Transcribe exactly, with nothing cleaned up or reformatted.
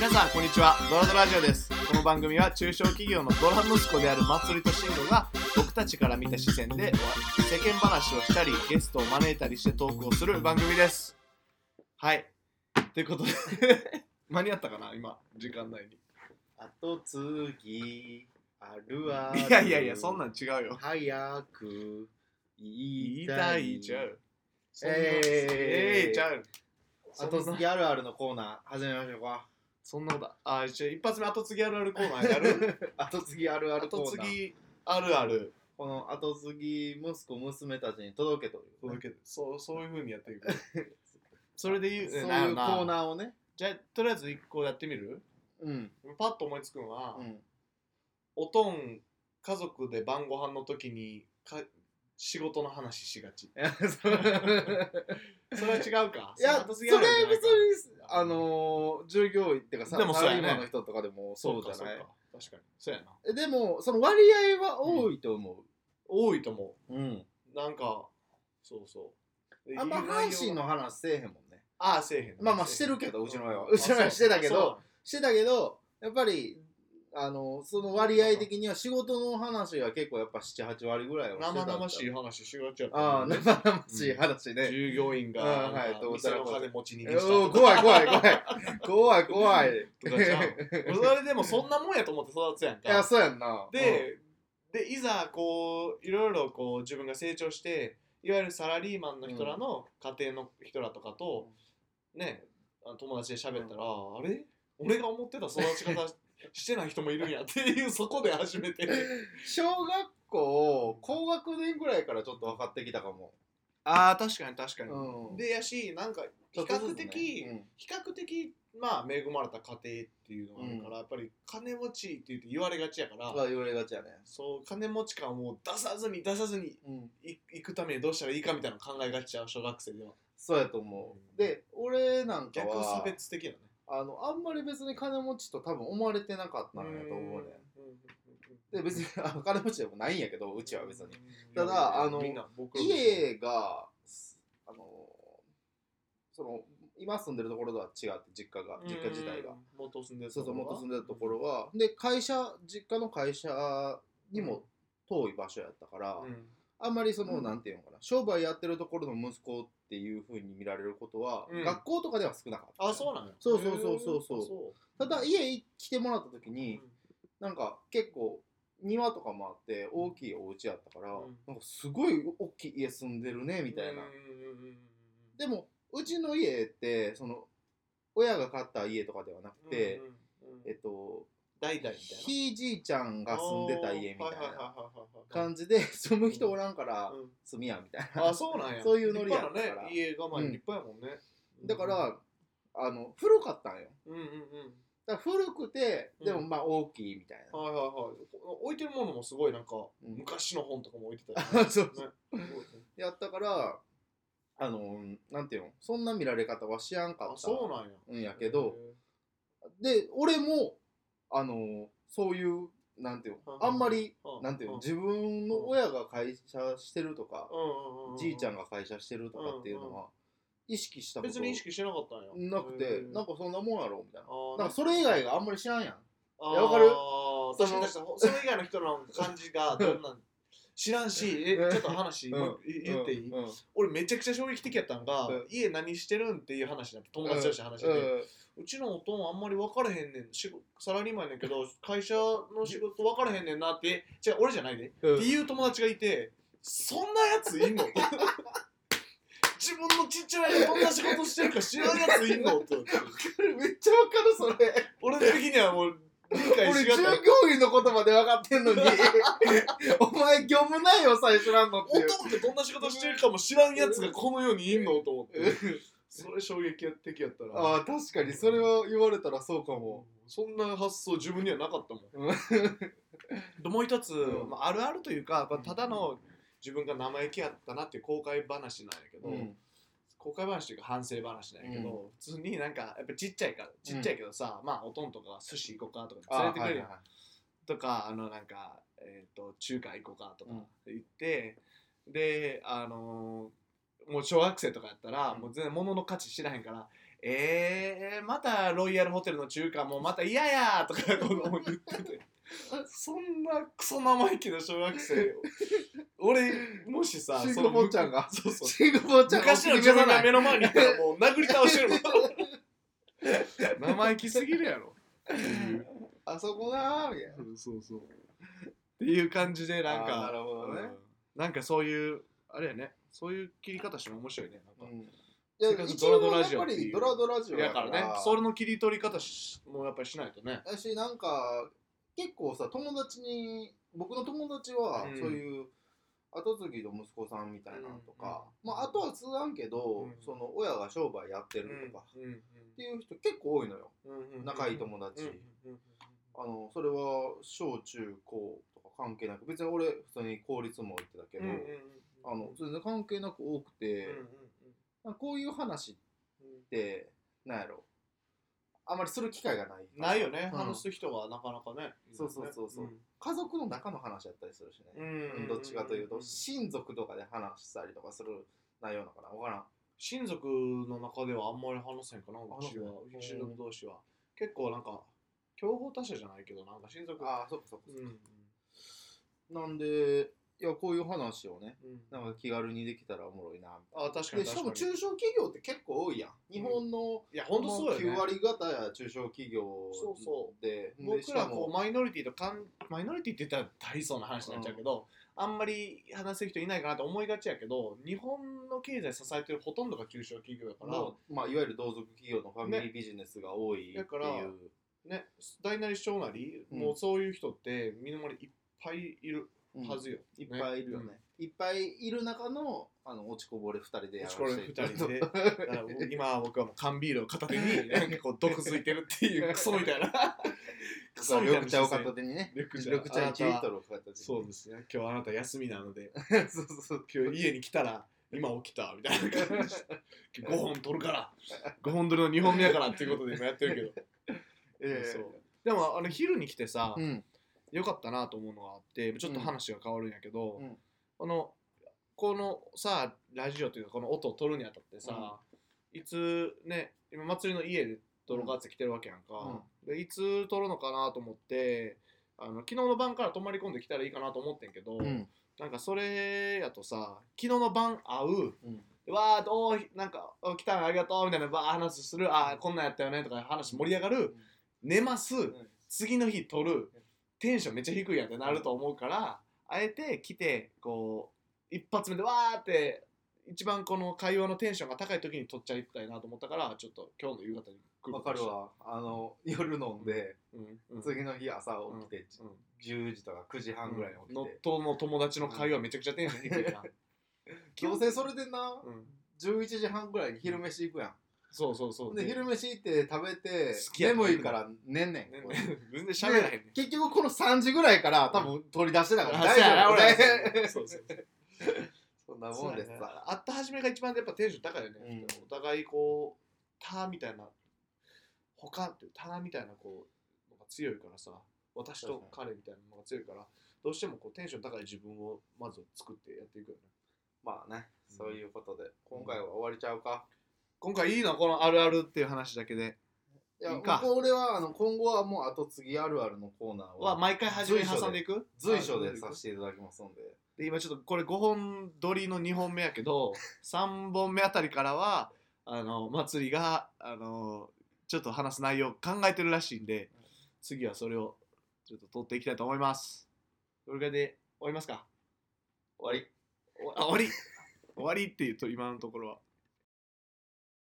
皆さんこんにちは。ドラドラジオです。この番組は中小企業のドラ息子であるまつりとしんごが僕たちから見た視線で世間話をしたりゲストを招いたりしてトークをする番組です。はい、ということで間に合ったかな今時間内に。 後継ぎあるある。 いやいやいや、そんなん違うよ。 早く言い言いたい。 たいちゃう。 えー、 えー、ちゃう。 後継ぎあるあるのコーナー始めましょうか。 そんなことあ、じゃあ一発目後継ぎあるあるコーナーやる後継ぎあるあるコーナー。 後継ぎあるある。 この後継ぎ息子娘たちに届けという、ね、 届けそうそういう風にやっていく。それで言う、 そういうコーナーをね。 じゃあとりあえず一個やってみる？ うん。 パッと思いつくのは、 うん、 おとん家族で晩ご飯の時にか仕事の話しがち。 いやそれそれは違うか。 いやそれは別にあのー、従業員っていうかさ、 でもそうやね、 サラリーマンの人とかでもそうじゃない。 確かにそうやな。 でもその割合は多いと思う。 うん、多いと思う。うん。 なんかそうそう。 あんま阪神の話せえへんもんね。 ああせえへん。 まあまあしてるけどうちの親はうちの親はしてたけどしてたけどやっぱりあのその割合的には仕事の話が結構やっぱななはち割ぐらいはしてた。 生々しい話しがちやった。 ああ生々しい話ね。 従業員がはい店の金持ちにしたとか。怖い怖い怖い怖い怖いとかじゃん。それでもそんなもんやと思って育つやんか。 いやそうやんな。 で、でいざこういろいろこう自分が成長していわゆるサラリーマンの人らの家庭の人らとかと、ね友達で喋ったら、うん、あれ俺が思ってた育ち方してない人もいるんやっていうそこで初めて小学校高学年ぐらいからちょっと分かってきたかも。 ああ確かに確かに、 うん、 でやしなんか比較的、 ねうん、 比較的まあ恵まれた家庭っていうのがあるから、うん、やっぱり金持ちって言って言われがちやから言われがちやね。 そう金持ち感を出さずに出さずに、うん、い行くためにどうしたらいいかみたいなの考えがちや小学生では。 そうやと思う、うん、で俺なんかは逆差別的なねあのあんまり別に金持ちと多分思われてなかったんやと思うね。で別にあの金持ちでもないんやけどうちは別に。ただあの家があのその今住んでるところとは違って実家が実家自体が元住んでるそうそう元住んでるところはで会社実家の会社にも遠い場所やったから、うん、あんまりその、うん、なんていうのかな商売やってるところの息子っていう風に見られることは、うん、学校とかでは少なかった。 あ、そうなの？ そうそうそうそうそう。ただ家来てもらった時に、うん、なんか結構庭とかもあって大きいお家やったから、うん、なんかすごい大きい家住んでるねみたいな。でもうちの家ってその親が買った家とかではなくて、うんうんうん、えっと代々みたいなひいじいちゃんが住んでた家みたいな感じで住む人おらんから住みやみたいな、 あ、そうなんや。 そういうノリやったから、 ね、家構え立派やもんね、 うん、だからあの古かったんよ、 うんうんうん、 だから古くてでもまあ大きいみたいな、 うん、はいはいはい、置いてるものもすごいなんか、うん、昔の本とかも置いてたり、ね、 そうそう、ね、やったからあのなんていうのそんな見られ方はしやんかったんやけど、で俺もあのそういうなんていうのあんまりなんていうの自分の親が会社してるとかじいちゃんが会社してるとかっていうのは意識したこと別に意識してなかったんやなくてなんかそんなもんやろみたいななんかそれ以外があんまり知らんやん。 あわかる確かにそれ以外の人の感じがどんなん知らんし、え、ちょっと話、うん、言っていい、うんうん、俺めちゃくちゃ衝撃的やったんが、うん、家何してるんっていう話になって友達として話してて、うんうんうちのおとんあんまり分からへんねんサラリーマンやねんけど会社の仕事分からへんねんなって違う俺じゃないで、うん、っていう友達がいてそんなやついんの自分のちっちゃいどんな仕事してるか知らんやついんのってめっちゃ分かるそれ俺的にはもう理解しがたい。 俺従業員の言葉で分かってんのにお前業務内容さえ知らんのっていうおとんってどんな仕事してるかも知らんやつがこの世にいんのと思ってそれ衝撃的やったらああ確かにそれは言われたらそうかも、 うん、そんな発想自分にはなかったもんでもう一つ、うんまあ、あるあるというかただの自分が生意気やったなっていう後悔話なんやけど、うん、後悔話というか反省話なんやけど、うん、普通になんかやっぱちっちゃいからちっちゃいけどさ、うん、まあおとんとか寿司行こうかとか連れてくれるやん、はいはい、とかあのなんか、えー、と中華行こうかとか言って、であのーもう小学生とかやったら、うん、もう全然物の価値知らへんからえー、またロイヤルホテルの中華もまた嫌やとか言っててそんなクソ生意気な小学生俺もしさシング坊ちゃんがそうそうシング坊ちゃんが昔の自分が目の前にいたらもう殴り倒してるの生意気すぎるやろあそこなーみたいなそうそうっていう感じでなんかなるほどね、 うん、なんかそういうあれやねそういう切り方しても面白いねなんか、 うんいや一応やっぱりドラドラジオやからねそれの切り取り方しもうやっぱりしないとねだしなんか結構さ友達に僕の友達はそういう後継ぎの息子さんみたいなのとか、うん、まああとは通案けど、うん、その親が商売やってるとか、うん、っていう人結構多いのよ、うん、仲いい友達、あのそれは小中高とか関係なく別に俺普通に公立も行ってたけど、あの全然関係なく多くて、こういう話ってなんやろあまりする機会がないないよね、うん、話す人がなかなかねそうそうそうそう、うん、家族の中の話やったりするしね、うん、どっちかというと親族とかで話したりとかする内容なのかな分からん親族の中ではあんまり話せんかなうちは親族同士は結構なんか競合他社じゃないけどなんか親族ああそっかそっか、うん、なんでいやこういう話をね、うん、なんか気軽にできたらおもろいなみたいな。 あ確かに確かに。 しかも中小企業って結構多いやん。日本の、うん、 いや本当そうよね。 きゅうわり方や中小企業そうそうで、 僕らこうマイノリティとかんマイノリティって言ったら大層な話になっちゃうけど、うん、あんまり話せる人いないかなと思いがちやけど、日本の経済支えてるほとんどが中小企業だから、 まあいわゆる同族企業のファミリービジネスが多いっていう。 だからね、大なり小なり、うん、もうそういう人って身の回りいっぱいいる。はずよ、 うん、いっぱいいるよね、うん、いっぱいいる中のあの落ちこぼれふたりでやらせて落ちこぼれふたりでだから今は僕はもう缶ビールを片手になんかこう毒づいてるっていうクソみたいなクソみたいな緑茶を片手にね緑茶いちリットルを片手にそうですね今日あなた休みなのでそうそうそう今日家に来たら今起きたみたいな感じごほん取るからごほん取りのにほんめやからっていうことで今やってるけど、えー、そうでもあの昼に来てさ、うんよかったなと思うのがあってちょっと話が変わるんやけど、うん、このこのさラジオというかこの音を取るにあたってさ、うん、いつね今祭りの家で撮ろうかって来てるわけやんか、うん、でいつ撮るのかなと思ってあの昨日の晩から泊まり込んできたらいいかなと思ってんけど、うん、なんかそれやとさ昨日の晩会う、うん、わーどうなんか来たのありがとうみたいなバー話するあこんなんやったよねとか話盛り上がる、うん、寝ます、うん、次の日撮るテンションめっちゃ低いやんってなると思うからあえて来てこう一発目でわーって一番この会話のテンションが高い時に撮っちゃいたいなと思ったからちょっと今日の夕方に来るわかるわあの夜飲んで、うんうん、次の日朝起きて、うんうん、じゅうじとかくじはんぐらいに起きて、 うん、のとの友達の会話めちゃくちゃテンション低いなどうせそれでな、うん、じゅういちじはんぐらいに昼飯行くやんそうそうそうで昼飯行って食べて眠いから寝んねん全然喋らへんねん結局このさんじぐらいから多分取り出してたから大丈夫ねそうそうそんなもんですさ会った初めが一番やっぱテンション高いよね、うん、お互いこう他みたいな他って他みたいなこうのが強いからさ私と彼みたいなのが強いからどうしてもこうテンション高い自分をまず作ってやっていくよねまあね、うん、そういうことで今回は終わりちゃうか今回いいのこのあるあるっていう話だけでいやいいかこれはあの今後はもう後継ぎあるあるのコーナーは毎回初めに挟んでいく随所でさせていただきますのでで今ちょっとこれごほん撮りのにほんめやけどさんぼんめあたりからはあの祭りがあのちょっと話す内容を考えてるらしいんで次はそれをちょっと撮っていきたいと思いますそれぐらいで終わりますか終わりあ終わり終わりっていうと今のところは